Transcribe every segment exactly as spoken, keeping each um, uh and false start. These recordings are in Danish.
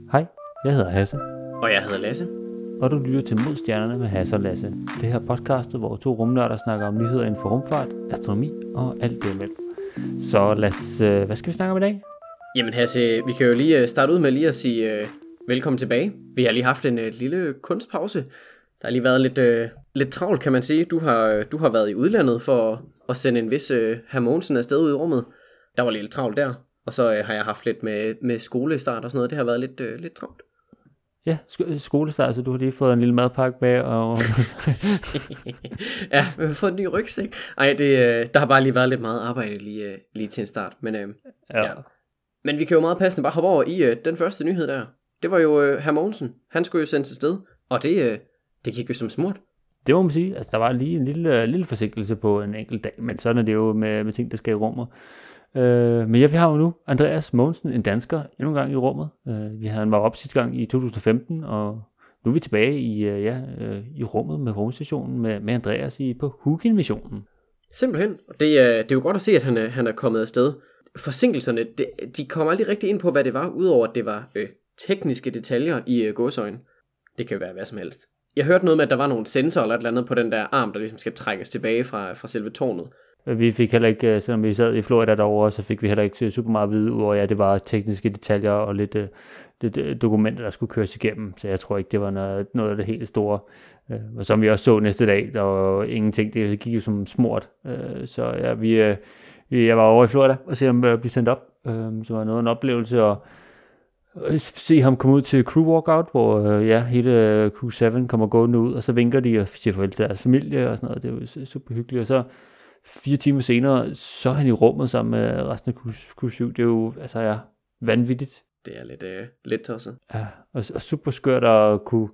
Hej, jeg hedder Hasse, Og jeg hedder Lasse. og du lytter til Mod Stjernerne med Hasse og Lasse. Det her podcastet, hvor to rumnørder snakker om nyheder inden for rumfart, astronomi og alt det imellem. Så lad os, øh, hvad skal vi snakke om i dag? Jamen Hasse, vi kan jo lige starte ud med lige at sige uh, velkommen tilbage. Vi har lige haft en uh, lille kunstpause. Der har lige været lidt, uh, lidt travlt, kan man sige. Du har, du har været i udlandet for at sende en vis uh, Herr Mogensen afsted ud i rummet. Der var lidt travlt der. Og så uh, har jeg haft lidt med, med skolestart og sådan noget. Det har været lidt, uh, lidt travlt. Ja, sk- skolestart, så du har lige fået en lille madpakke med, og... Ja, vi har fået en ny rygsæk. Ej, det, uh, der har bare lige været lidt meget arbejde lige, uh, lige til en start. Men, uh, ja. ja. Men vi kan jo meget passende bare hoppe over i uh, den første nyhed der. Det var jo uh, Herr Mogensen. Han skulle jo sendes afsted. Og det, uh, det gik jo som smurt. Det må man sige. Altså, der var lige en lille, lille forsinkelse på en enkelt dag, men sådan er det jo med, med ting, der skal i rummet. Øh, men ja, vi har jo nu Andreas Mogensen, en dansker, endnu en gang i rummet. Øh, vi havde han var op sidste gang i to tusind og femten, og nu er vi tilbage i, øh, ja, øh, i rummet med rumstationen med, med Andreas i, på Hugin-missionen. Simpelthen. Og det er, det er jo godt at se, at han er, han er kommet afsted. Forsinkelserne, det, de kommer aldrig rigtig ind på, hvad det var, udover at det var øh, tekniske detaljer i øh, gåseøjne. Det kan jo være hvad som helst. Jeg hørte noget med, at der var nogle sensorer eller et eller andet på den der arm, der ligesom skal trækkes tilbage fra, fra selve tårnet. Vi fik heller ikke, selvom vi sad i Florida derovre, så fik vi heller ikke super meget at vide, udover at ja, det var tekniske detaljer og lidt, uh, lidt dokumenter, der skulle køres igennem. Så jeg tror ikke, det var noget, noget af det helt store. Uh, og som vi også så næste dag, der var ingenting, det gik jo som smurt. Uh, så ja, vi, uh, vi, jeg var over i Florida og se ham uh, blive sendt op. Uh, så var noget en oplevelse at uh, se ham komme ud til crew walkout, hvor uh, ja, hele uh, crew syv kommer gående ud, og så vinker de og siger farvel til deres familie og sådan noget. Det var super hyggeligt. Og så fire timer senere, så er han i rummet sammen med resten af crew syv. Det er jo, altså ja, vanvittigt. Det er lidt, øh, lidt tosset. Ja, og, og super skørt at kunne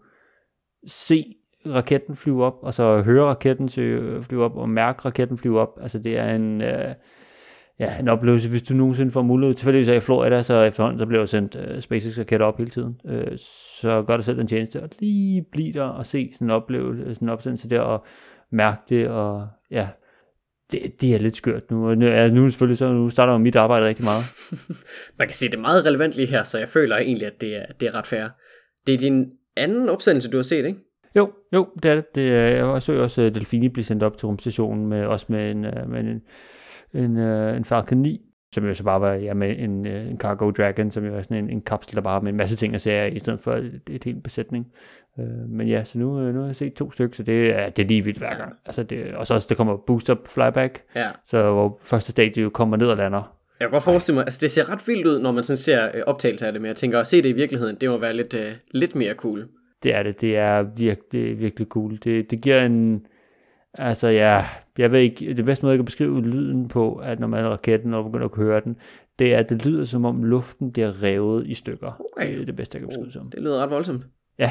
se raketten flyve op, og så høre raketten flyve op, og mærke raketten flyve op. Altså det er en, øh, ja, en oplevelse, hvis du nogensinde får mulighed. Tilfældigvis er i Florida, så efterhånden, så bliver jo sendt uh, SpaceX-raketter op hele tiden. Uh, så gør det selv den tjeneste, at lige blive der og se sådan en oplevelse, sådan en opsendelse der, og mærke det, og ja, Det, det er lidt skørt nu. Nu, er, nu selvfølgelig så nu starter mit arbejde rigtig meget. Man kan se, det er meget relevant lige her, så jeg føler egentlig, at det er, det er ret fair. Det er din anden opsendelse, du har set, ikke? Jo, jo, det er det. det er, jeg så også Delfini blive sendt op til rumstationen, med, også med en, med en, en, en Falcon ni, som jo så bare var ja, med en, en Cargo Dragon, som jo er sådan en, en kapsel, der bare med en masse ting at se i stedet for et, et helt besætning. Uh, men ja, så nu, nu har jeg set to stykker, så det er, det er lige vildt hver gang. Altså det, og så også, der kommer booster flyback, ja. Så hvor første stadie jo kommer ned og lander. Jeg kan godt forestille mig, altså det ser ret vildt ud, når man sådan ser øh, optagelser af det, men jeg tænker at se det i virkeligheden, det må være lidt, øh, lidt mere cool. Det er det, det er virkelig, virkelig cool. Det, det giver en, altså ja, jeg ved ikke, det bedste måde jeg kan beskrive lyden på, at når man er raketten, og begynder at høre den, det er, at det lyder som om luften bliver revet i stykker. Okay. Det er det bedste jeg kan beskrive oh, som. Det lyder ret voldsomt. Ja,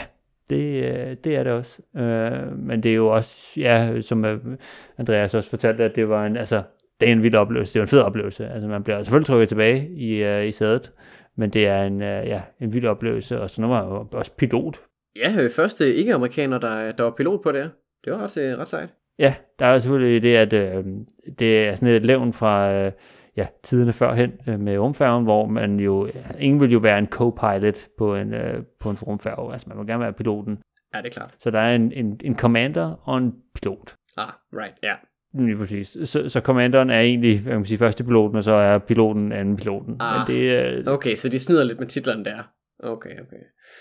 det, det er det også. Uh, men det er jo også, ja, som Andreas også fortalte, at det var en, altså, det er en vild oplevelse, det er en fed oplevelse. Altså man bliver selvfølgelig trykket tilbage i, uh, i sædet, men det er en, uh, ja, en vild oplevelse, og så nu var jeg jo også pilot. Ja, første ikke-amerikaner, der, der var pilot på det her. Det var ret, ret sejt. Ja, der er selvfølgelig det, at øh, det er sådan et levn fra øh, ja, tiderne førhen øh, med rumfærgen, hvor man jo, ingen vil jo være en co-pilot på en, øh, på en rumfærge, altså man må gerne være piloten. Ja, det er klart. Så der er en, en, en commander og en pilot. Ah, right, ja. Yeah. Lige præcis. Så, så commanderen er egentlig, hvad kan man sige, første piloten, og så er piloten anden piloten. Ah, Men det, øh, okay, så de snyder lidt med titlerne der. Okay, okay.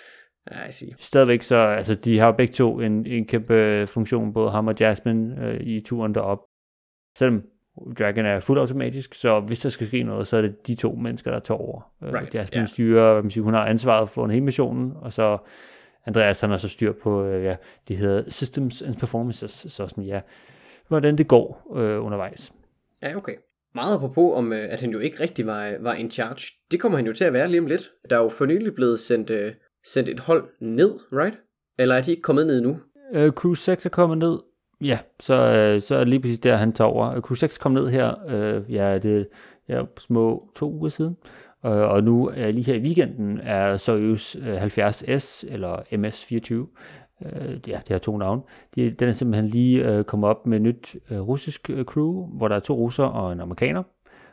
Ja, jeg siger. Stadigvæk så, altså de har begge to en, en kæmpe funktion, både ham og Jasmine øh, i turen derop. Selvom Dragon er fuldt automatisk, så hvis der skal ske noget, så er det de to mennesker, der tager over. Right, Jasmine yeah. styrer, hvad man siger, hun har ansvaret for en hel missionen, og så Andreas han har så styr på, øh, ja, det hedder Systems and Performances, så sådan ja, hvordan det går øh, undervejs. Ja, okay. Meget apropos om, at han jo ikke rigtig var, var in charge. Det kommer han jo til at være lige om lidt. Der er jo for nylig blevet sendt, øh, sendt et hold ned, right? Eller er de ikke kommet ned nu? Uh, Crew seks er kommet ned. Ja, så, uh, så er det lige præcis der, han tager over. Uh, Crew seks kom ned her, uh, ja, det er små to uger siden. Uh, og nu uh, lige her i weekenden er Soyuz uh, halvfjerds S, eller M S fireogtyve. Uh, ja, det har to navne. De, den er simpelthen lige uh, kommet op med et nyt uh, russisk uh, crew, hvor der er to russer og en amerikaner.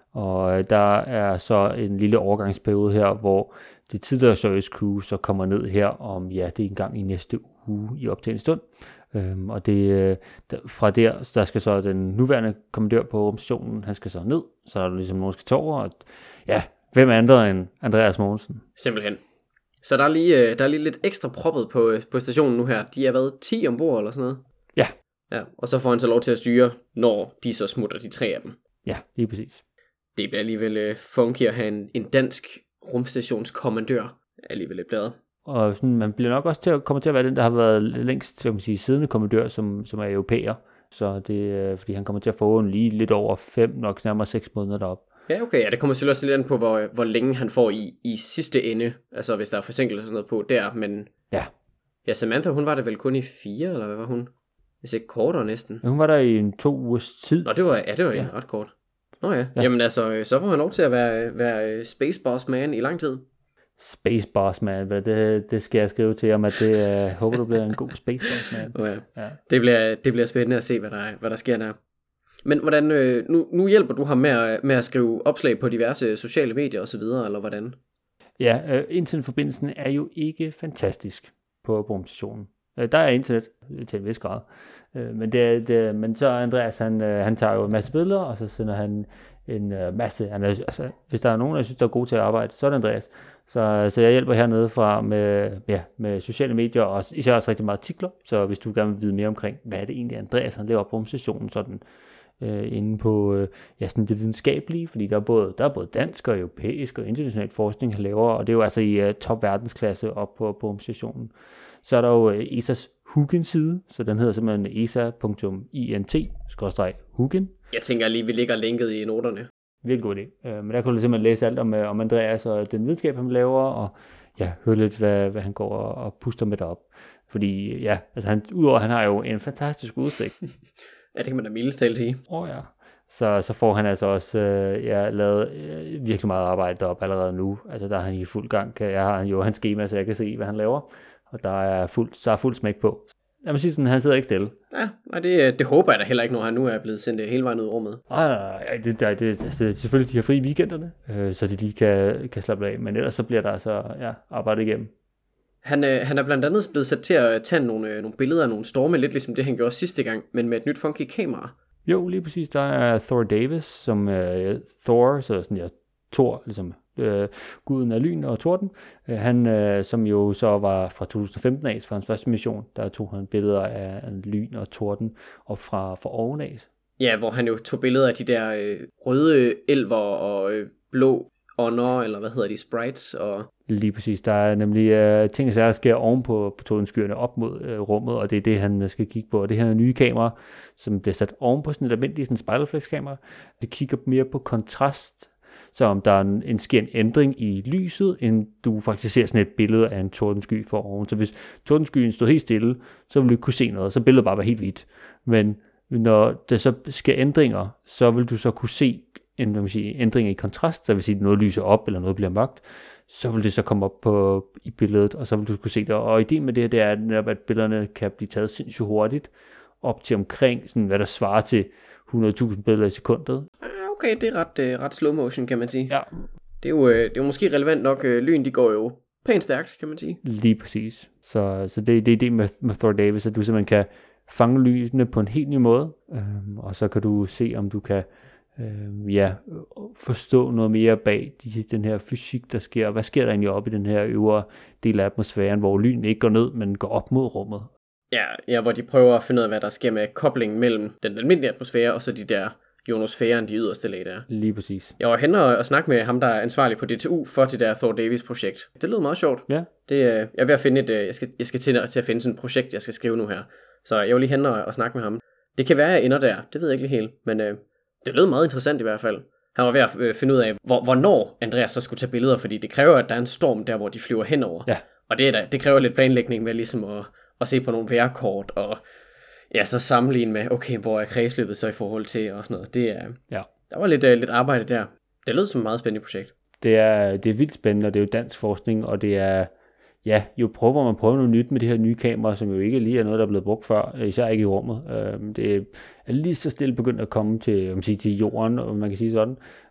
Og der er så en lille overgangsperiode her, hvor det tidligere Soyuz crew så kommer ned her om, ja, det er en gang i næste uge i optagende stund. Øhm, og det, der, fra der, der skal så den nuværende kommandør på rumstationen, han skal så ned, så er der ligesom nogen, der skal tage over, og ja, hvem andre end Andreas Mogensen? Simpelthen. Så der er lige, der er lige lidt ekstra proppet på, på stationen nu her. De har været ti ombord eller sådan noget. Ja. Ja, og så får han så lov til at styre, når de så smutter, de tre af dem. Ja, lige præcis. Det bliver alligevel funky at have en, en dansk rumstationskommandør alligevel lidt bladet. Og sådan, man bliver nok også til at komme til at være den, der har været længst, skal man sige, siddende kommandør, som, som er europæer. Så det er, fordi han kommer til at få en lige lidt over fem, nok nærmere seks måneder derop. Ja, okay. Ja, det kommer selvfølgelig også lidt an på, hvor, hvor længe han får i, i sidste ende. Altså, hvis der er forsinkelse og sådan noget på der, men... Ja. Ja, Samantha, hun var der vel kun i fire, eller hvad var hun? Hvis ikke kortere næsten. Ja, hun var der i en to ugers tid. Nå, det var, ja, det var ja. egentlig ret kort. Nå ja. ja, jamen altså, så får han lov til at være, være Space Boss Man i lang tid. Space Boss Man, det, det skal jeg skrive til ham, at det, jeg håber, du bliver en god Space Boss Man. Oh, ja. Ja. Det, bliver, det bliver spændende at se, hvad der, hvad der sker der. Men hvordan, nu, nu hjælper du ham med at, med at skrive opslag på diverse sociale medier osv., eller hvordan? Ja, internetforbindelsen er jo ikke fantastisk på rumstationen. Der er internet til en vis grad, men, det, det, men så Andreas, han, han tager jo en masse billeder, og så sender han en masse, han er, altså, hvis der er nogen, der synes, der er gode til at arbejde, så er det Andreas. Så, så jeg hjælper hernede fra med, ja, med sociale medier, og især også rigtig meget artikler, så hvis du gerne vil vide mere omkring, hvad er det egentlig, Andreas han laver på rumstationen, sådan øh, inde på øh, ja, sådan det videnskabelige, fordi der er, både, der er både dansk og europæisk og international forskning, han laver, og det er jo altså i uh, top verdensklasse op på, på rumstationen. Så er der jo uh, E S A's Hugin-side, så den hedder simpelthen esa punktum int skråstreg Hugin. Jeg tænker lige, vi ligger linket i noterne. Virkelig god idé. Uh, men der kan du simpelthen læse alt om, uh, om Andreas og den videnskab, han laver, og ja, høre lidt, hvad, hvad han går og, og puster med derop. Fordi ja, altså han, udover han har jo en fantastisk udsigt. Ja, det kan man da mildest tale sige. Åh oh, ja. Så, så får han altså også øh, ja, lavet øh, virkelig meget arbejde deroppe allerede nu. Altså der er han i fuld gang. Jeg har jo hans schema, så jeg kan se, hvad han laver. Og der er fuld, så er fuld smæk på. Jeg må sige sådan, han sidder ikke stille. Ja, og det, det håber jeg da heller ikke, når han nu er blevet sendt hele vejen ud i rummet. Nej, nej, nej. Det, det, det, det, selvfølgelig, de har fri i weekenderne, øh, så de lige kan, kan slappe af. Men ellers så bliver der altså ja, arbejde igennem. Han, øh, han er blandt andet blevet sat til at tage nogle, øh, nogle billeder af nogle storme, lidt ligesom det han gjorde sidste gang, men med et nyt funky kamera. Jo, lige præcis. Der er Thor Davis, som øh, Thor, så sådan ja, Thor, ligesom øh, guden af lyn og torden. Øh, han, øh, som jo så var fra to tusind og femten af, fra hans første mission, der tog han billeder af lyn og torden op fra, fra oven af. Ja, hvor han jo tog billeder af de der øh, røde elver og øh, blå ånder, eller hvad hedder de, sprites, og... Lige præcis. Der er nemlig øh, ting, der sker oven på, på tordenskyerne op mod øh, rummet, og det er det, han skal kigge på. Og det her nye kamera, som bliver sat oven på sådan et almindeligt sådan spejlerflekskamera, det kigger mere på kontrast, så om der er en, en sker en ændring i lyset, end du faktisk ser sådan et billede af en tordensky for oven. Så hvis tordenskyen stod helt stille, så ville du ikke kunne se noget, så billedet bare var helt hvidt. Men når der så sker ændringer, så vil du så kunne se en man sige, ændring i kontrast, så vil sige, at noget lyser op, eller noget bliver mørkt, så vil det så komme op på, i billedet, og så vil du kunne se det. Og ideen med det her, det er, at billederne kan blive taget sindssygt hurtigt, op til omkring, sådan, hvad der svarer til hundrede tusind billeder i sekundet. Okay, det er ret, ret slow motion, kan man sige. Ja. Det er jo, det er jo måske relevant nok. Lyn, de går jo pænt stærkt, kan man sige. Lige præcis. Så, så det, det er det med, med Thor Davis, at du simpelthen kan fange lysene på en helt ny måde, øhm, og så kan du se, om du kan øh, ja, forstå noget mere bag de, den her fysik, der sker. Hvad sker der egentlig op i den her øvre del af atmosfæren, hvor lyn ikke går ned, men går op mod rummet? Ja, ja, hvor de prøver at finde ud af, hvad der sker med koblingen mellem den almindelige atmosfære, og så de der ionosfæren, de yderste lag der. Lige præcis. Jeg var hen og, og snakke med ham, der er ansvarlig på D T U for det der Thor Davis projekt. Det lød meget sjovt. Ja. Det, jeg er ved at finde et, jeg skal, jeg skal til, til at finde sådan et projekt, jeg skal skrive nu her. Så jeg vil lige hen og, og snakke med ham. Det kan være, at jeg ender der. Det ved jeg ikke lige helt. Men øh, det lød meget interessant i hvert fald. Han var ved at øh, finde ud af, hvor, hvornår Andreas så skulle tage billeder, fordi det kræver, at der er en storm der, hvor de flyver henover. Ja. Og det, er da, det kræver lidt planlægning med ligesom at, at se på nogle vejrkort, og ja, så sammenligne med, okay, hvor er kredsløbet så i forhold til, og sådan noget. Det er, ja. Der var lidt, uh, lidt arbejde der. Det lød som et meget spændende projekt. Det er, det er vildt spændende, og det er jo dansk forskning, og det er, ja, jo prøver, hvor man prøver noget nyt med det her nye kamera, som jo ikke lige er noget, der er blevet brugt før, især ikke i rummet. Det er lige så stille begyndt at komme til, man siger, til jorden, og man kan sige sådan.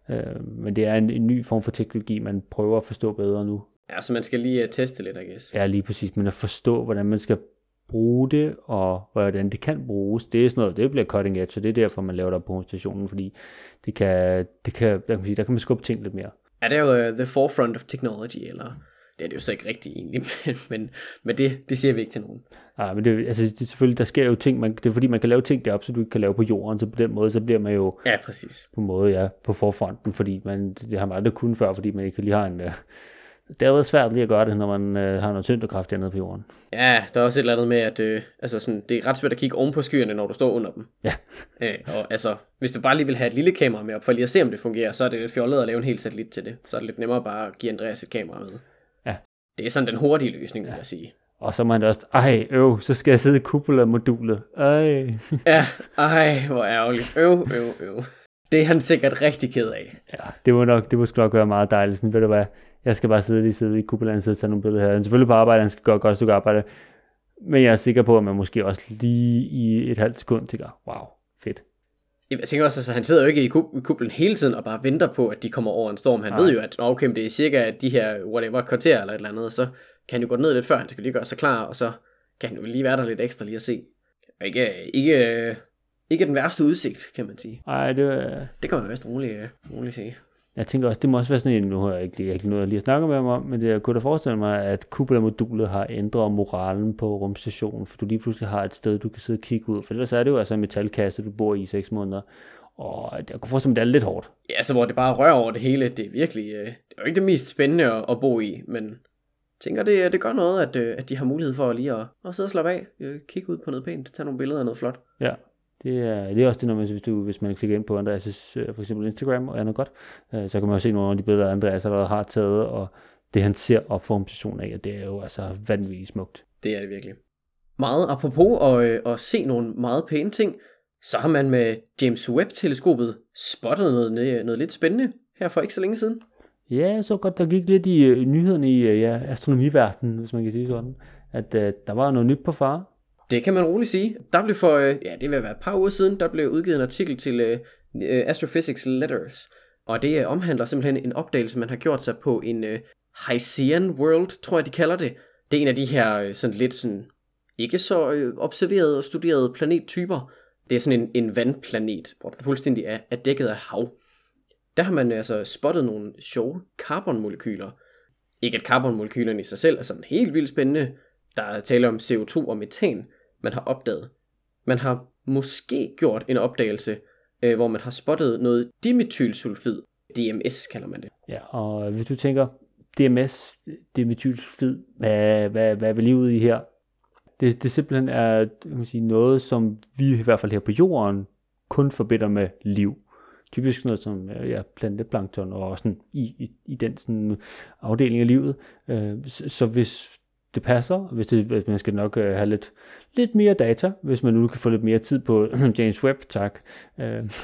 Øh, men det er en, en ny form for teknologi, man prøver at forstå bedre nu. Ja, så man skal lige uh, teste lidt, I guess. Ja, lige præcis, men at forstå, hvordan man skal bruge det, og hvordan det kan bruges, det er sådan noget, det bliver cutting edge, så det er derfor, man laver der på stationen, fordi det kan, det kan, der kan, man sige, der kan man skubbe ting lidt mere. Ja, det er jo uh, the forefront of technology, eller det er det jo så ikke rigtigt egentlig, men, men, men det, det siger vi ikke til nogen. Ja, men det, altså, det er selvfølgelig, der sker jo ting, man, det er fordi, man kan lave ting deroppe, så du ikke kan lave på jorden, så på den måde, så bliver man jo ja, præcis. på en måde, ja, på forfronten, fordi man, det har man aldrig kunnet før, fordi man ikke lige har en, uh, det er jo svært lige at gøre det, når man uh, har noget tyngdekraft dernede på jorden. Ja, der er også et eller andet med, at øh, altså sådan, det er ret svært at kigge oven på skyerne, når du står under dem. Ja. Øh, og altså, hvis du bare lige vil have et lille kamera med op, for lige at se, om det fungerer, så er det lidt fjollet at lave en hel satellit til det. Så er det lidt nemmere bare at give Andreas et kamera med. Ja. Det er sådan den hurtige løsning, vil ja. jeg sige. Og så må han også, ej, øv, så skal jeg sidde i Cupola-modulet. Ej. Ja, ej, hvor ærgerligt. Øv, øv, øv. Det er han sikkert rigtig ked af. Ja, det må nok, det må sgu nok være meget dejligt. Sådan, ved du hvad, jeg skal bare sidde lige sidde i Cupolaen og sidde og tage nogle billeder her. Han er selvfølgelig på arbejde, han skal gøre et godt stykke arbejde. Men jeg er sikker på, at man måske også lige i et halvt sekund tænker, wow, fedt. Jeg tænker også, altså han sidder jo ikke i kuplen hele tiden og bare venter på, at de kommer over en storm. Han Nej. ved jo, at okay, det er cirka de her, whatever, kvarter eller et eller andet, så kan han jo gå ned lidt før, han skal lige gøre sig klar, og så kan han jo lige være der lidt ekstra lige at se. Ikke, ikke, ikke den værste udsigt, kan man sige. Nej, det er... Det kan man vist roligt, roligt sige. Jeg tænker også, det må også være sådan en, nu har jeg ikke, ikke noget lige at snakke med ham om, men det jeg kunne da forestille mig, at Cupola-modulet har ændret moralen på rumstationen, for du lige pludselig har et sted, du kan sidde og kigge ud, for ellers er det jo altså en metalkasse, du bor i i seks måneder, og jeg kunne forestille mig, at det er lidt hårdt. Ja, så hvor det bare rører over det hele, det er virkelig, det er jo ikke det mest spændende at, at bo i, men jeg tænker, det, det gør noget, at, at de har mulighed for lige at, at sidde og slappe af, kigge ud på noget pænt, tage nogle billeder af noget flot. Ja. Det er, det er også det, når man, hvis, du, hvis man klikker ind på Andreas' for eksempel Instagram og andet godt, øh, så kan man jo se nogle af de billeder, Andreas allerede har taget, og det han ser op for organisationen af, det er jo altså vanvittigt smukt. Det er det virkelig. Meget apropos at, øh, at se nogle meget pæne ting, så har man med James Webb-teleskopet spottet noget, noget lidt spændende her for ikke så længe siden. Ja, så godt, der gik lidt i uh, nyhederne i uh, ja, astronomiverdenen, hvis man kan sige sådan, at uh, der var noget nyt på fare. Det kan man roligt sige. Der blev for, øh, ja, det vil være et par uger siden, der blev udgivet en artikel til øh, Astrophysics Letters. Og det øh, omhandler simpelthen en opdagelse, man har gjort sig på en øh, Hycean World, tror jeg de kalder det. Det er en af de her øh, sådan lidt sådan, ikke så øh, observerede og studerede planettyper. Det er sådan en, en vandplanet, hvor den fuldstændig er, er dækket af hav. Der har man altså spottet nogle sjove carbonmolekyler. Ikke at carbonmolekylerne i sig selv er sådan helt vildt spændende. Der er tale om C O to og metan, man har opdaget. Man har måske gjort en opdagelse, øh, hvor man har spottet noget dimethylsulfid. D M S kalder man det. Ja, og hvis du tænker, D M S, dimethylsulfid, hvad, hvad, hvad er vi lige ude i her? Det, det simpelthen er kan man sige, noget, som vi i hvert fald her på jorden kun forbinder med liv. Typisk noget som ja, planteplankton og sådan i, i, i den sådan, afdeling af livet. Øh, så, så hvis det passer, hvis, det, hvis man skal nok uh, have lidt, lidt mere data, hvis man nu kan få lidt mere tid på James Webb, tak. Uh,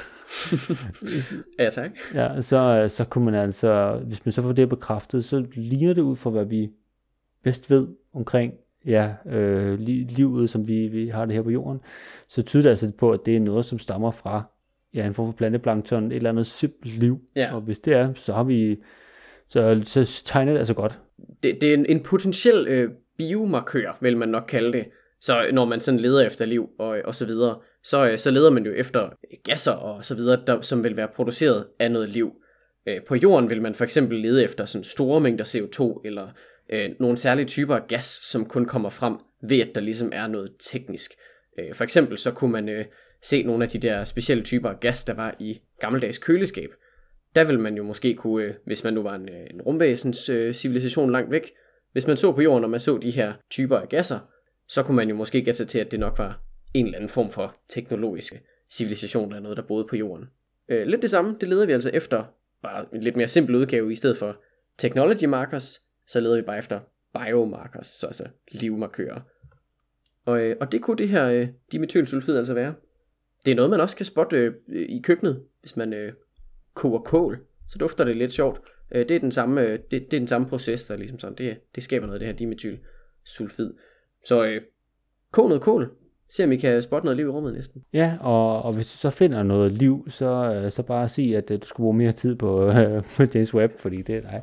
ja, tak. Ja, så, så kunne man altså, hvis man så får det bekræftet, så ligner det ud fra, hvad vi bedst ved omkring ja, øh, livet, som vi, vi har det her på jorden, så tyder det altså på, at det er noget, som stammer fra ja, en form for planteplankton, et eller andet simpelt liv. Ja. Og hvis det er, så har vi, så, så tegner det altså godt. Det, det er en, en potentiel øh, biomarkør, vil man nok kalde det. Så når man sådan leder efter liv og, og så videre, så, øh, så leder man jo efter gasser og så videre, der, som vil være produceret af noget liv. Øh, på jorden vil man for eksempel lede efter sådan store mængder C O to, eller øh, nogle særlige typer af gas, som kun kommer frem ved, at der ligesom er noget teknisk. Øh, for eksempel så kunne man øh, se nogle af de der specielle typer af gas, der var i gammeldags køleskab. Der vil man jo måske kunne, hvis man nu var en, en rumvæsens øh, civilisation langt væk, hvis man så på jorden, og man så de her typer af gasser, så kunne man jo måske gætte sig til, at det nok var en eller anden form for teknologisk civilisation, der er noget, der boede på jorden. Øh, lidt det samme, det leder vi altså efter, bare en lidt mere simpel udgave, i stedet for technology markers, så leder vi bare efter biomarkers, så altså livmarkører. Og, øh, og det kunne det her øh, dimethylsulfid altså være. Det er noget, man også kan spotte øh, i køkkenet, hvis man øh, koger kål, så dufter det lidt sjovt. Øh, det, er den samme, øh, det, det er den samme proces, der ligesom sådan, det, det skaber noget af det her dimethylsulfid. Så øh, kog noget kål, se om I kan spotte noget liv i rummet næsten. Ja, og, og hvis du så finder noget liv, så, så bare sig, at du skal bruge mere tid på, øh, på James Webb, fordi det er dig.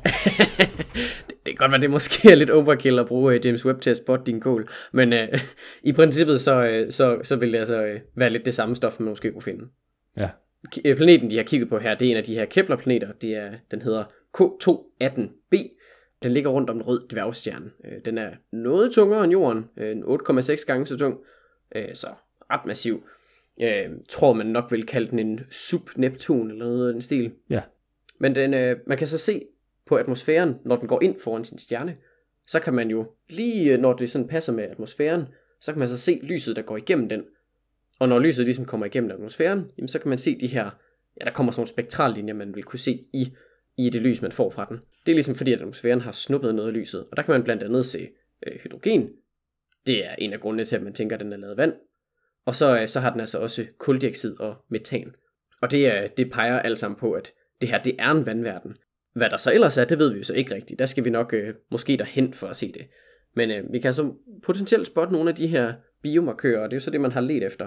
det, det kan godt være, det måske er lidt overkill at bruge uh, James Webb til at spotte din kål, men uh, i princippet så, uh, så, så vil det altså uh, være lidt det samme stof, man måske kunne finde. Ja. K- planeten, de har kigget på her, det er en af de her Kepler-planeter. Det er, den hedder K to atten b. Den ligger rundt om en rød dværgstjerne. Uh, den er noget tungere end jorden, uh, otte komma seks gange så tung, uh, så ret massiv. Jeg tror, man nok vil kalde den en sub-Neptun eller noget af den stil. Ja. Men den, øh, man kan så se på atmosfæren, når den går ind foran sin stjerne, så kan man jo lige, når det sådan passer med atmosfæren, så kan man så se lyset, der går igennem den. Og når lyset ligesom kommer igennem atmosfæren, jamen, så kan man se de her, ja, der kommer sådan nogle spektrallinjer, man vil kunne se i, i det lys, man får fra den. Det er ligesom fordi, at atmosfæren har snuppet noget af lyset, og der kan man blandt andet se øh, hydrogen. Det er en af grundene til, at man tænker, at den er lavet af vand. Og så, så har den altså også kuldioxid og metan. Og det, det peger alt sammen på, at det her, det er en vandverden. Hvad der så ellers er, det ved vi jo så ikke rigtigt. Der skal vi nok øh, måske derhen for at se det. Men øh, vi kan så potentielt spotte nogle af de her biomarkører, og det er jo så det, man har let efter.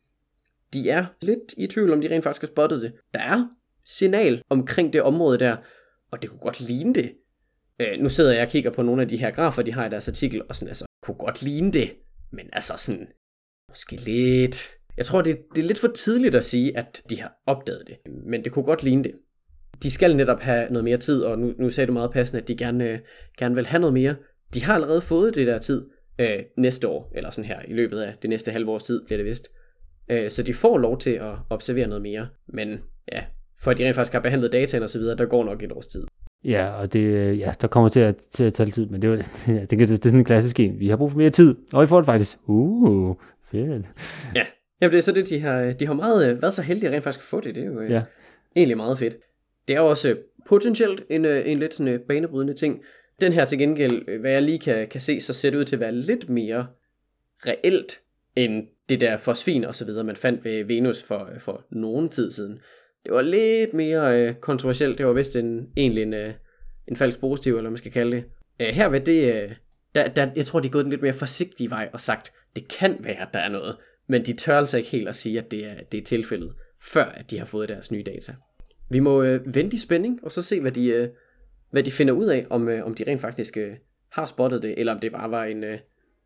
De er lidt i tvivl, om de rent faktisk har spottet det. Der er signal omkring det område der, og det kunne godt ligne det. Øh, nu sidder jeg og kigger på nogle af de her grafer, de har i deres artikel, og sådan altså, kunne godt ligne det. Men altså sådan... Måske lidt... Jeg tror, det, det er lidt for tidligt at sige, at de har opdaget det. Men det kunne godt ligne det. De skal netop have noget mere tid, og nu, nu sagde du meget passende, at de gerne, øh, gerne vil have noget mere. De har allerede fået det der tid øh, næste år, eller sådan her i løbet af det næste halve års tid, bliver det vist. Øh, så de får lov til at observere noget mere. Men ja, for at de rent faktisk har behandlet dataen og så videre, der går nok et års tid. Ja, og det, ja, der kommer til at, til at tage tid, men det, var, ja, det, det, det er sådan en klassisk en. Vi har brug for mere tid, og vi får det faktisk. Uh, fedt. Ja, jamen det er så det, de har, de har meget været så heldige at rent faktisk få det. Det er jo ja. egentlig meget fedt. Det er jo også potentielt en, en lidt sådan banebrydende ting. Den her til gengæld, hvad jeg lige kan, kan se, så ser det ud til at være lidt mere reelt, end det der fosfin og så videre, man fandt ved Venus for, for nogen tid siden. Det var lidt mere øh, kontroversielt. Det var vist en, egentlig en, øh, en falsk positiv, eller man skal kalde det. Øh, her ved det, øh, der, der, jeg tror, de er gået den lidt mere forsigtige vej og sagt, det kan være, at der er noget. Men de tør altså ikke helt at sige, at det er, det er tilfældet, før at de har fået deres nye data. Vi må øh, vente i spænding, og så se, hvad de, øh, hvad de finder ud af, om, øh, om de rent faktisk øh, har spottet det, eller om det bare var en, øh,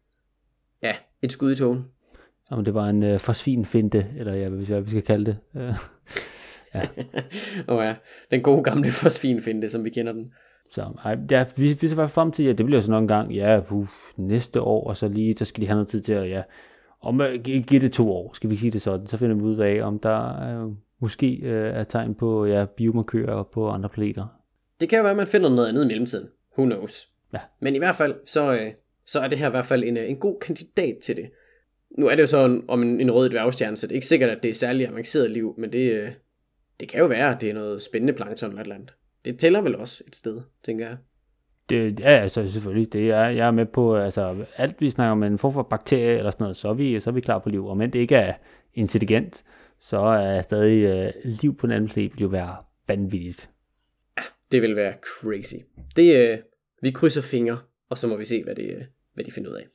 ja, et skud i togen. Om det var en øh, fosfinfinte, eller ja, hvis jeg, vi skal kalde det. Øh. Ja. oh ja, den gode gamle fosfinfinte, som vi kender den. Så ej, ja, vi, vi ser bare frem til, at ja, det bliver sådan en gang, ja, puh, næste år, og så lige, så skal de have noget tid til at, ja, om at give, give det to år, skal vi sige det sådan, så finder vi ud af, om der øh, måske øh, er tegn på, ja, biomarkører på andre planeter. Det kan jo være, at man finder noget andet i mellemtiden. Who knows? Ja. Men i hvert fald, så, øh, så er det her i hvert fald en, en god kandidat til det. Nu er det jo så en, om en, en rød dværgstjerne, så det er ikke sikkert, at det er særlig avanceret liv, men det, øh, det kan jo være, at det er noget spændende plankton eller et eller andet. Det tæller vel også et sted, tænker jeg. Det, ja, altså selvfølgelig. Det er, jeg er med på, altså alt vi snakker om en form for bakterie eller sådan noget, så er vi, så er vi klar på liv. Og men det ikke er intelligent, så er stadig øh, liv på en anden planet vil jo være vanvittigt. Ja, det vil være crazy. Det, øh, vi krydser fingre, og så må vi se, hvad, det, øh, hvad de finder ud af.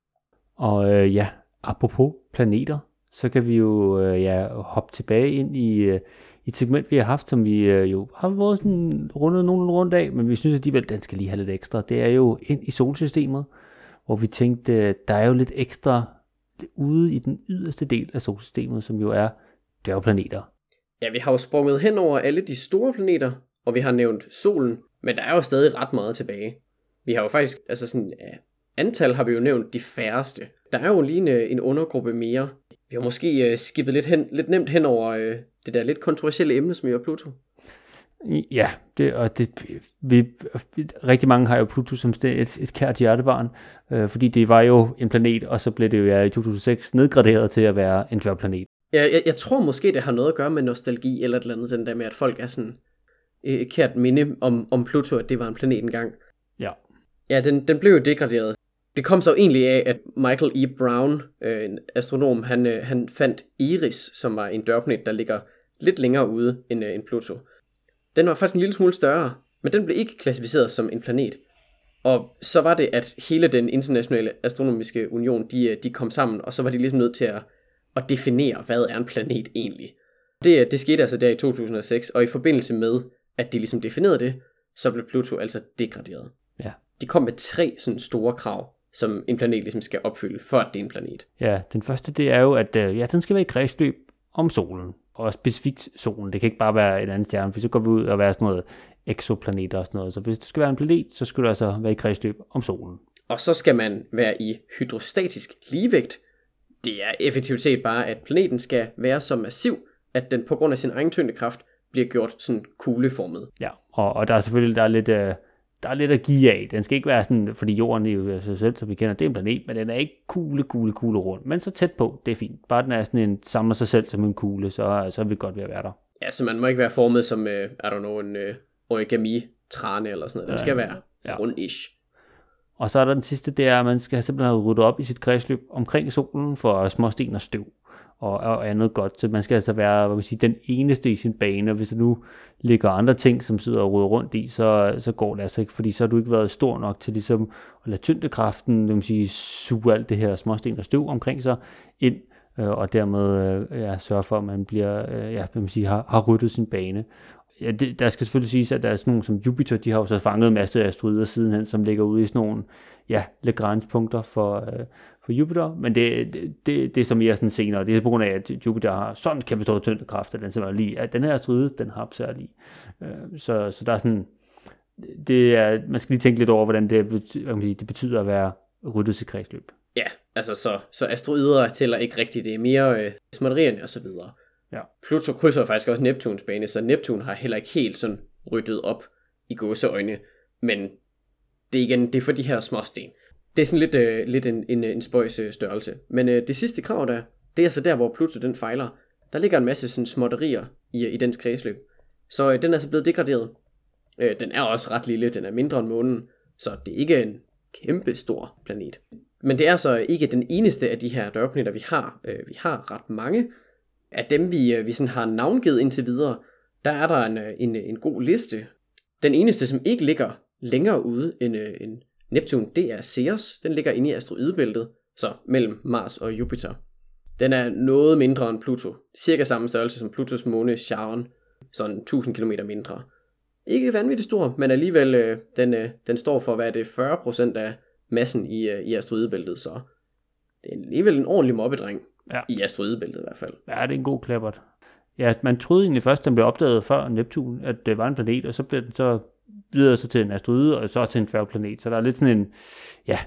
Og øh, ja, apropos planeter, så kan vi jo øh, ja, hoppe tilbage ind i, øh, i et segment, vi har haft, som vi øh, jo har været sådan rundet nogen rundt af, men vi synes alligevel, den skal lige have lidt ekstra. Det er jo ind i solsystemet, hvor vi tænkte, der er jo lidt ekstra ude i den yderste del af solsystemet, som jo er dværgplaneter. Ja, vi har jo sprunget hen over alle de store planeter, og vi har nævnt solen, men der er jo stadig ret meget tilbage. Vi har jo faktisk, altså sådan, ja, antal har vi jo nævnt de færreste. Der er jo lige en, en undergruppe mere. Vi har måske uh, skippet lidt, hen, lidt nemt hen over uh, det der lidt kontroversielle emne, som jo er Pluto. Ja, det, og det, vi, rigtig mange har jo Pluto som et, et kært hjertebarn, øh, fordi det var jo en planet, og så blev det jo ja, i to tusind og seks nedgraderet til at være en dværgplanet. Ja, jeg, jeg tror måske, det har noget at gøre med nostalgi eller et eller andet, den der med, at folk er sådan et kært minde om, om Pluto, at det var en planet engang. Ja. Ja, den, den blev jo degraderet. Det kom så egentlig af, at Michael E. Brown, øh, en astronom, han, øh, han fandt Eris, som var en dværgplanet, der ligger lidt længere ude end, øh, end Pluto. Den var faktisk en lille smule større, men den blev ikke klassificeret som en planet. Og så var det, at hele den internationale astronomiske union, de, de kom sammen, og så var de ligesom nødt til at, at definere, hvad er en planet egentlig. Det, det skete altså der i to tusind og seks, og i forbindelse med, at de ligesom definerede det, så blev Pluto altså degraderet. Ja. De kom med tre sådan store krav, som en planet ligesom skal opfylde, for at det er en planet. Ja, den første, det er jo, at ja, den skal være i kredsløb om solen, og specifikt solen. Det kan ikke bare være en anden stjerne, for så går vi ud og være sådan noget eksoplaneter og sådan noget. Så hvis det skal være en planet, så skal det altså være i kredsløb om solen. Og så skal man være i hydrostatisk ligevægt. Det er effektivt set bare, at planeten skal være så massiv, at den på grund af sin egen tyngdekraft bliver gjort sådan kugleformet. Ja, og, og der er selvfølgelig der er lidt, øh, der er lidt at give af. Den skal ikke være sådan, fordi jorden er jo sig selv, som vi kender, det er en planet, men den er ikke kugle, kugle, kugle rundt. Men så tæt på, det er fint. Bare den er sådan en, samler sig selv som en kugle, så, så er vi godt ved at være der. Ja, så man må ikke være formet som, øh, I don't know, en øh, origami-trane eller sådan noget. Den skal være ja. Rund-ish. Og så er der den sidste, det er, at man skal simpelthen have ryddet op i sit kredsløb omkring solen for småsten og støv og, og andet godt. Så man skal altså være, hvad man siger, den eneste i sin bane, og hvis der nu ligger andre ting, som sidder og rydder rundt i, så, så går det altså ikke, fordi så har du ikke været stor nok til ligesom at lade tyngdekraften, det vil sige, suge alt det her småsten og støv omkring sig ind, øh, og dermed øh, ja, sørge for, at man bliver, øh, ja, hvad man siger, har, har ryddet sin bane. Ja, det, der skal selvfølgelig siges, at der er sådan nogle som Jupiter, de har jo så fanget en masse asteroider sidenhen, som ligger ude i sådan nogle, ja, Lagrange-punkter for, øh, for Jupiter, men det, det, det, det som er sådan senere, det er på grund af, at Jupiter har sådan kæmpe stor tyngdekraft, at den simpelthen lige, at den her asteroide, den har særlig. Øh, så, så der er sådan, det er, man skal lige tænke lidt over, hvordan det betyder, det betyder at være ryddet til kredsløb. Ja, altså så, så asteroider tæller ikke rigtigt, det er mere øh, småtterierne og så videre. Ja. Pluto krydser faktisk også Neptuns bane, så Neptun har heller ikke helt sådan ryddet op i gåseøjne, men det er igen, det er for de her småsten. Det er sådan lidt, øh, lidt en, en, en spøjs størrelse. Men øh, det sidste krav der, det er altså der, hvor Pluto den fejler. Der ligger en masse sådan småtterier i, i dens kredsløb. Så øh, den er altså blevet degraderet. Øh, den er også ret lille, den er mindre end månen, så det er ikke en kæmpe stor planet. Men det er så ikke den eneste af de her dværgplaneter, vi har. Øh, vi har ret mange. Af dem, vi, vi sådan har navngivet indtil videre, der er der en, en, en god liste. Den eneste, som ikke ligger længere ude end, end Neptun, det er Ceres. Den ligger inde i asteroidebæltet, så mellem Mars og Jupiter. Den er noget mindre end Pluto. Cirka samme størrelse som Plutos måne Charon. Sådan tusind kilometer mindre. Ikke vanvittigt stor, men alligevel den, den står for, hvad er det, fyrre procent af massen i, i asteroidebæltet. Så det er alligevel en ordentlig mobbedreng. Ja. I asteroidebæltet i hvert fald. Ja, det er en god klappert. Ja, man troede egentlig først, at den blev opdaget før Neptun, at det var en planet, og så blev den så videre så til en asteroide, og så til en dværgplanet. Så der er lidt sådan en, ja,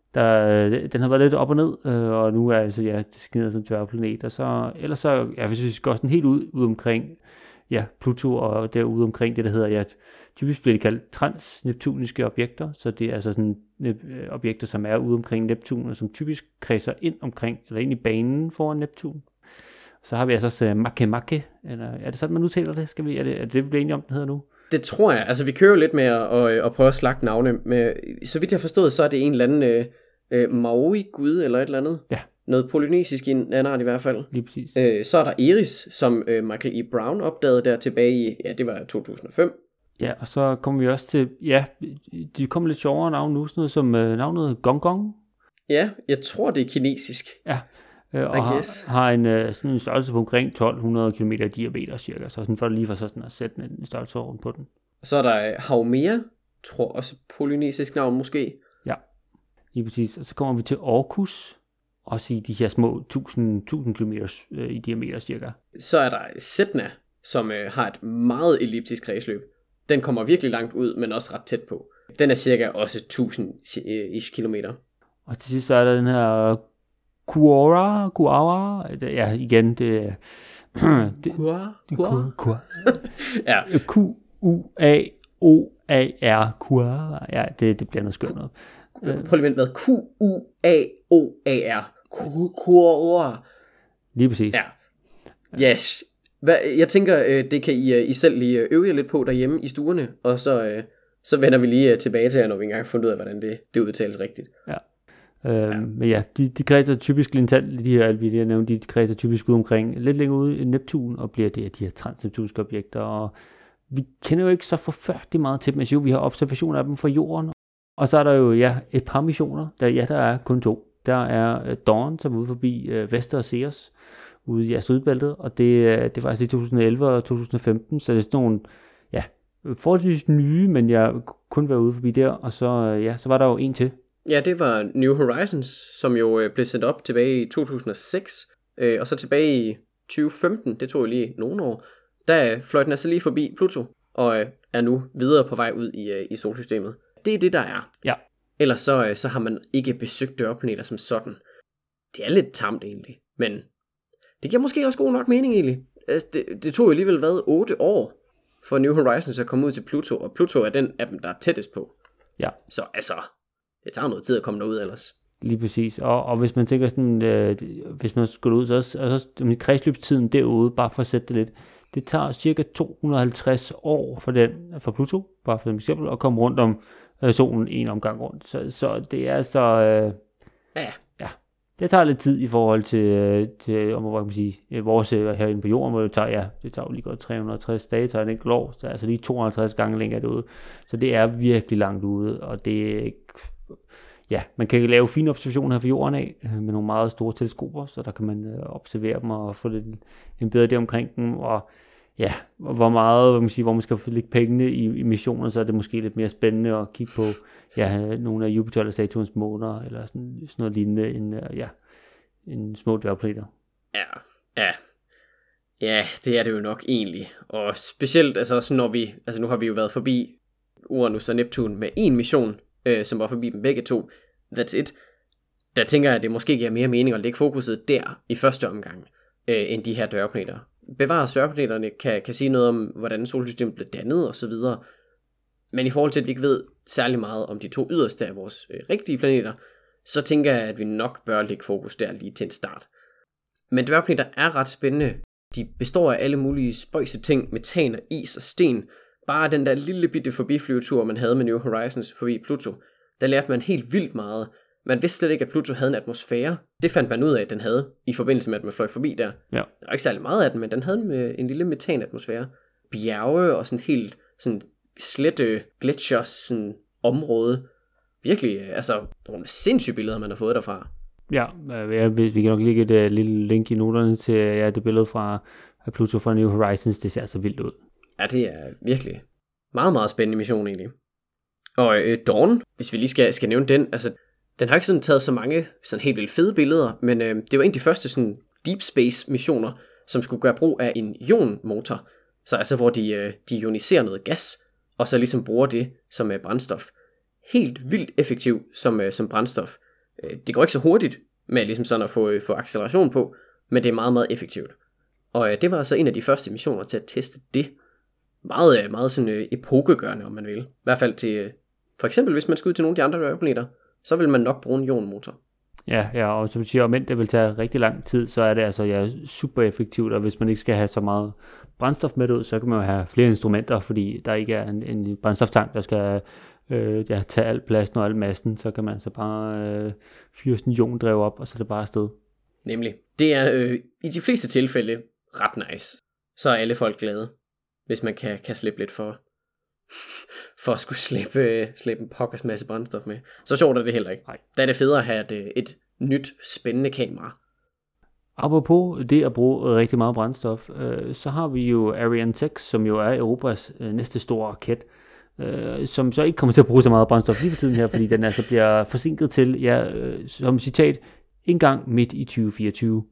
der, den har været lidt op og ned, og nu er altså, ja, det skider som en dværgplanet. Og så, ellers så, ja, hvis vi går sådan helt ud, ud omkring, ja, Pluto, og derude omkring det, der hedder, ja, typisk bliver det kaldt transneptuniske objekter, så det er altså sådan objekter, som er ude omkring Neptun, og som typisk kredser ind omkring, eller ind i banen foran Neptun. Så har vi altså også uh, Makemake, eller er det sådan, man udtaler det? Skal vi, er det, er det, det vi bliver enige om, den hedder nu? Det tror jeg. Altså, vi kører jo lidt med at, at, at prøve at slagte navne. Men, så vidt jeg har forstået, så er det en eller anden uh, uh, Maori-gud, eller et eller andet. Ja. Noget polynesisk i en anden art i hvert fald. Lige præcis. Uh, så er der Eris, som uh, Michael E. Brown opdagede der tilbage i, ja, det var to tusind og fem. Ja, og så kommer vi også til, ja, de kommer lidt sjovere navn nu, sådan noget som uh, navnet Gong Gong. Ja, jeg tror det er kinesisk. Ja, uh, og har, har en, uh, sådan en størrelse på omkring tolv hundrede kilometer i diameter cirka, så sådan for lige for sådan at sætte en størrelse rundt på den. Så er der Haumea, tror også polynesisk navn måske. Ja, lige præcis. Og så kommer vi til Orcus, også i de her små tusind kilometer uh, i diameter cirka. Så er der Sedna, som uh, har et meget elliptisk kredsløb. Den kommer virkelig langt ud, men også ret tæt på. Den er cirka også tusind-ish kilometer. Og til sidst så er der den her Quora, Quora, ja igen, det er Quora, Quora, ja, Q U A O A R, Quora, ja, det, det bliver noget skønt noget. Prøv lige hvad, Q U A O A R, Quora. Lige præcis. Ja, yes. Hvad, jeg tænker, det kan I, I selv lige øve jer lidt på derhjemme i stuerne, og så, så vender vi lige tilbage til jer, når vi engang har fundet ud af, hvordan det, det udtales rigtigt. Ja. Øhm, ja. Men ja, de, de kredser typisk, de her vi har nævnt, de kredser typisk ud omkring lidt længere ude i Neptun, og bliver det de her transneptuniske objekter, og vi kender jo ikke så forfærdeligt meget til dem, altså jo, vi har observationer af dem fra jorden, Og så er der jo ja, et par missioner. Der, ja, der er kun to. Der er uh, Dawn, som er ude forbi uh, Vester og Ceres, ude i Asteroidebæltet, og det, uh, det var altså i to tusind og elleve og to tusind og femten, så det er sådan nogle, ja, forholdsvis nye, men jeg kun var ude forbi der, og så, uh, ja, så var der jo en til. Ja, det var New Horizons, som jo uh, blev sendt op tilbage i to tusind og seks, uh, og så tilbage i tyve femten, det tog jo lige nogle år, der uh, fløj den altså lige forbi Pluto, og uh, er nu videre på vej ud i, uh, i solsystemet. Det er det, der er. Ja. Ellers så, så har man ikke besøgt dværgplaneter som sådan. Det er lidt tamt egentlig, men det giver måske også god nok mening egentlig. Altså, det, det tog jo alligevel hvad, otte år for New Horizons at komme ud til Pluto, og Pluto er den af dem, der er tættest på. Ja. Så altså, det tager noget tid at komme derud ellers. Lige præcis, og, og hvis man tænker sådan, øh, hvis man skulle ud, så også, altså, kredsløbstiden derude, bare for at sætte det lidt, det tager cirka to hundrede og halvtreds år for den, for Pluto, bare for eksempel, at komme rundt om øh, solen en omgang rundt. Så, så det er så, øh, ja. ja, det tager lidt tid i forhold til, øh, til om, hvad kan man sige, vores øh, herinde på jorden, hvor det tager, ja, det tager jo lige godt tre hundrede og tres dage, tager en enkelt år, så altså lige to hundrede og halvtreds gange længere derude. Så det er virkelig langt ude, og det ja, man kan lave fine observationer her fra jorden af, med nogle meget store teleskoper, så der kan man øh, observere dem og få lidt en bedre idé omkring dem, og ja, hvor meget, hvad man siger, hvor man skal lægge pengene i, i missioner, så er det måske lidt mere spændende at kigge på, ja, nogle af Jupiter eller Saturns måner, eller sådan, sådan noget lignende, end, ja, en små dværgplaneter. Ja, ja. Ja, det er det jo nok egentlig, og specielt, altså også når vi, altså nu har vi jo været forbi Uranus og Neptun med en mission, øh, som var forbi dem begge to, that's it. Der tænker jeg, at det måske giver mere mening at lægge fokuset der i første omgang, øh, end de her dværgplaneter. Bevares dværgplaneterne kan, kan sige noget om, hvordan solsystemet blev dannet og så videre, men i forhold til, at vi ikke ved særlig meget om de to yderste af vores øh, rigtige planeter, så tænker jeg, at vi nok bør lægge fokus der lige til en start. Men dværgplaneter er ret spændende. De består af alle mulige spøjse ting, metan og is og sten. Bare den der lille bitte forbiflyvetur, man havde med New Horizons forbi Pluto, der lærte man helt vildt meget. Man vidste slet ikke, at Pluto havde en atmosfære. Det fandt man ud af, at den havde, i forbindelse med, at man fløj forbi der. Ja. Der var ikke særlig meget af den, men den havde en lille metanatmosfære. Bjerge og sådan helt sådan slette gletsjers sådan område. Virkelig, altså, nogle sindssyge billeder, man har fået derfra. Ja, ja, vi kan nok lægge et uh, lille link i noterne til ja, det billede fra Pluto fra New Horizons. Det ser så vildt ud. Ja, det er virkelig meget, meget spændende mission egentlig. Og øh, Dawn, hvis vi lige skal, skal nævne den, altså, den har ikke sådan taget så mange sådan helt vildt fede billeder, men øh, det var en af de første sådan deep space missioner, som skulle gøre brug af en ionmotor. Så altså, hvor de, øh, de ioniserer noget gas, og så ligesom bruger det som øh, brændstof. Helt vildt effektiv som, øh, som brændstof. Øh, det går ikke så hurtigt med ligesom sådan at få, øh, få acceleration på, men det er meget, meget effektivt. Og øh, det var altså en af de første missioner til at teste det. Meget, øh, meget sådan øh, epokegørende, om man vil. I hvert fald til, øh, for eksempel hvis man skal ud til nogle af de andre dværgplaneter, så vil man nok bruge en ionmotor. Ja, ja, og som du siger, om det vil tage rigtig lang tid, så er det altså ja, super effektivt, og hvis man ikke skal have så meget brændstof med ud, så kan man jo have flere instrumenter, fordi der ikke er en, en brændstoftank, der skal øh, ja, tage al pladsen og al massen, så kan man så bare øh, fyre sådan en iondrev op, og så er det bare afsted. Nemlig. Det er øh, i de fleste tilfælde ret nice. Så er alle folk glade, hvis man kan, kan slippe lidt for, for at skulle slippe, øh, slippe en pokkers masse brændstof med. Så sjovt er det heller ikke. Nej. Der er det federe at have et, et nyt, spændende kamera. Apropos det at bruge rigtig meget brændstof, øh, så har vi jo Ariane seks, som jo er Europas øh, næste store raket, øh, som så ikke kommer til at bruge så meget brændstof lige for tiden her, fordi den altså bliver forsinket til, ja, øh, som citat, en gang midt i tyve fireogtyve.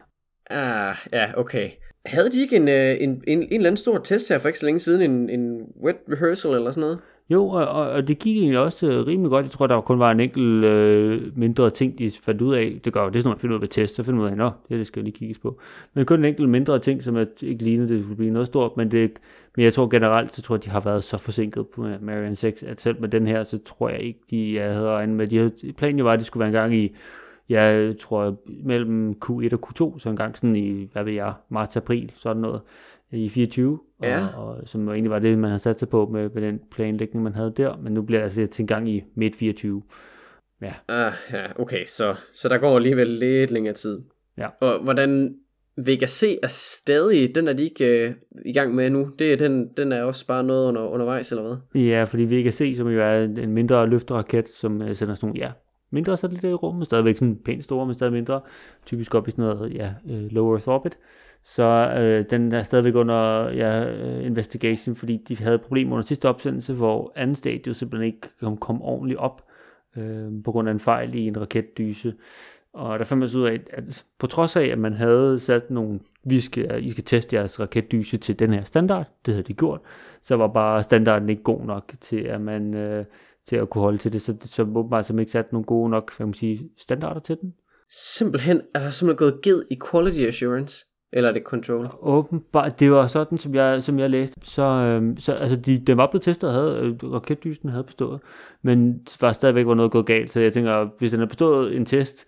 Ah, ja, okay. Havde de ikke en, en, en, en eller anden stor test her for ikke så længe siden, en, en wet rehearsal eller sådan noget? Jo, og, og det gik egentlig også øh, rimelig godt. Jeg tror, der kun var en enkelt øh, mindre ting, de fandt ud af. Det gør jo det, er sådan, man finder ud af ved test, så finder man ud af, nå, det, det skal jo lige kigges på. Men kun en enkelt mindre ting, som jeg ikke lignede, det skulle blive noget stort, men, det, men jeg tror generelt, så tror jeg, de har været så forsinket på Ariane seks, at selv med den her, så tror jeg ikke, de jeg havde regnet med. De havde, planen jo var, at det skulle være en gang i, jeg tror, mellem Q et og Q to, så en gang sådan i, hvad ved jeg, marts-april, sådan noget, i fireogtyve, ja. og, og som egentlig var det, man havde sat sig på med, med den planlægning, man havde der, men nu bliver det altså til en gang i midt fireogtyve. Ja. Ah, ja, okay, så, så der går alligevel lidt længere tid. Ja. Og hvordan, Vega C er stadig, den er de ikke øh, i gang med nu. Det er den, den er også bare noget under, undervejs, eller hvad? Ja, fordi Vega C, som jo er en mindre løfteraket, som uh, sender sådan nogle, ja, mindre satellitter i rummet, stadigvæk sådan pænt store, men stadig mindre, typisk op i sådan noget, ja, uh, low Earth orbit. Så uh, den er stadigvæk under, ja, uh, investigation, fordi de havde problemer under sidste opsendelse, hvor anden stadie simpelthen ikke kom, kom ordentligt op, uh, på grund af en fejl i en raketdyse. Og der fandt man så ud af, at på trods af, at man havde sat nogle, vi skal, I skal teste jeres raketdyse til den her standard, det havde de gjort, så var bare standarden ikke god nok til, at man, øh, til at kunne holde til det, så, så åbenbart som ikke sat nogle gode nok, hvad man sige, standarder til den. Simpelthen, er der simpelthen gået ged i quality assurance, eller er det control? Åbenbart, det var sådan, som jeg, som jeg læste, så, øh, så altså, de, den var blevet testet, og havde, øh, raketdysen havde bestået, men var stadigvæk var noget gået galt, så jeg tænker, hvis den har bestået en test,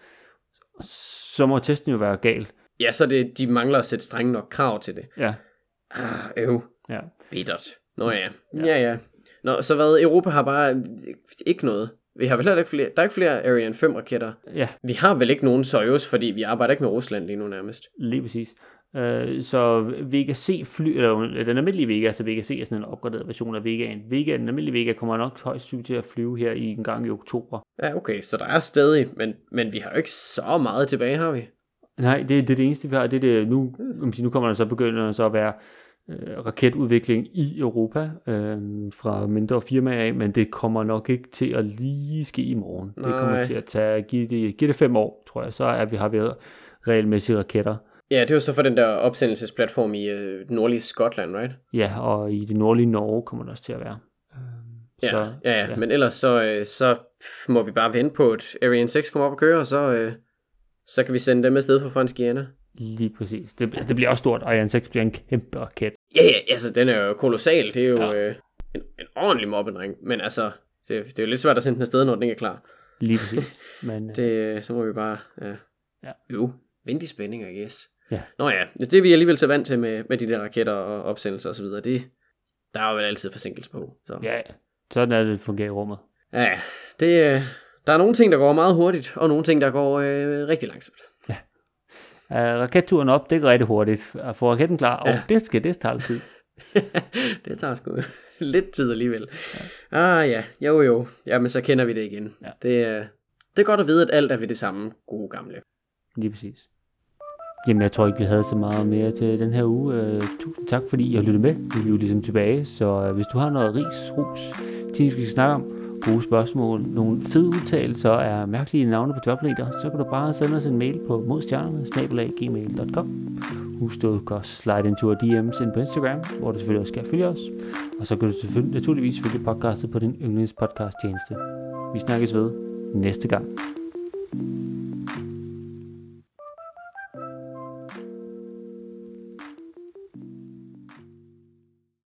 så må testen jo være gal. Ja, så det, de mangler at sætte strenge nok krav til det. Ja. Ah, øv. Ja. Bittert. Nå ja. Ja, ja. ja. Nå, så hvad, Europa har bare ikke noget. Vi har vel heller ikke flere, der er ikke flere Ariane fem raketter. Ja. Vi har vel ikke nogen Soyuz, fordi vi arbejder ikke med Rusland lige nu nærmest. Lige præcis. Uh, så Vega C fly, eller den almindelige Vega, altså Vega C er sådan en opgraderet version af Vegaen. Vega, den almindelige Vega kommer nok højst syv til at flyve her i en gang i oktober. Ja, okay, så der er stadig, men, men vi har jo ikke så meget tilbage, har vi? Nej, det, det er det eneste, vi har. Det er det, nu, nu kommer der så begynder så at være øh, raketudvikling i Europa øh, fra mindre firmaer af, men det kommer nok ikke til at lige ske i morgen. Nej. Det kommer til at tage, give det, give det fem år, tror jeg, så er vi har været regelmæssige raketter. Ja, det er jo så for den der opsendelsesplatform i øh, nordlige Skotland, right? Ja, og i det nordlige Norge kommer det også til at være. Ja, så, ja, ja, ja, men ellers så, øh, så må vi bare vente på, at Ariane seks kommer op og kører, og så, øh, så kan vi sende dem afsted fra Fransk Guyana. Lige præcis. Det, altså, det bliver også stort, og Ariane seks bliver en kæmpe raket. Ja, ja, altså den er jo kolossal. Det er jo ja. øh, en, en ordentlig mobbedreng, men altså, det, det er jo lidt svært at sende den afsted, når den ikke er klar. Lige præcis. Men, det, så må vi bare, ja, ja. jo, vente i spænding, I guess. Ja. Nå ja, det er vi alligevel så vant til med, med de der raketter og opsendelser og så videre. Det, der er jo vel altid forsinkelse på. Så. Ja, sådan er det, det fungerer i rummet. Ja, det, der er nogle ting, der går meget hurtigt, og nogle ting, der går øh, rigtig langsomt. Ja. Uh, raketturen op, det går rigtig hurtigt. At få raketten klar, ja. Og det skal det tage tid. Det tager sgu lidt tid alligevel. Ja. Ah ja, jo jo. Jamen så kender vi det igen. Ja. Det, det er godt at vide, at alt er ved det samme gode gamle. Lige præcis. Jamen, jeg tror ikke, vi havde så meget mere til den her uge. Uh, tusind tak, fordi I har lyttet med. Vi er jo ligesom tilbage, så uh, hvis du har noget ris, ros, ting, vi skal snakke om, gode spørgsmål, nogle fede udtalelser er mærkelige navne på jobleader, så kan du bare sende os en mail på modstjernerne snabel-a gmail punktum com. Husk, du kan også slide into our D M's ind på Instagram, hvor du selvfølgelig også skal følge os. Og så kan du selvfølgelig naturligvis følge podcastet på din yndlingspodcast tjeneste. Vi snakkes ved næste gang.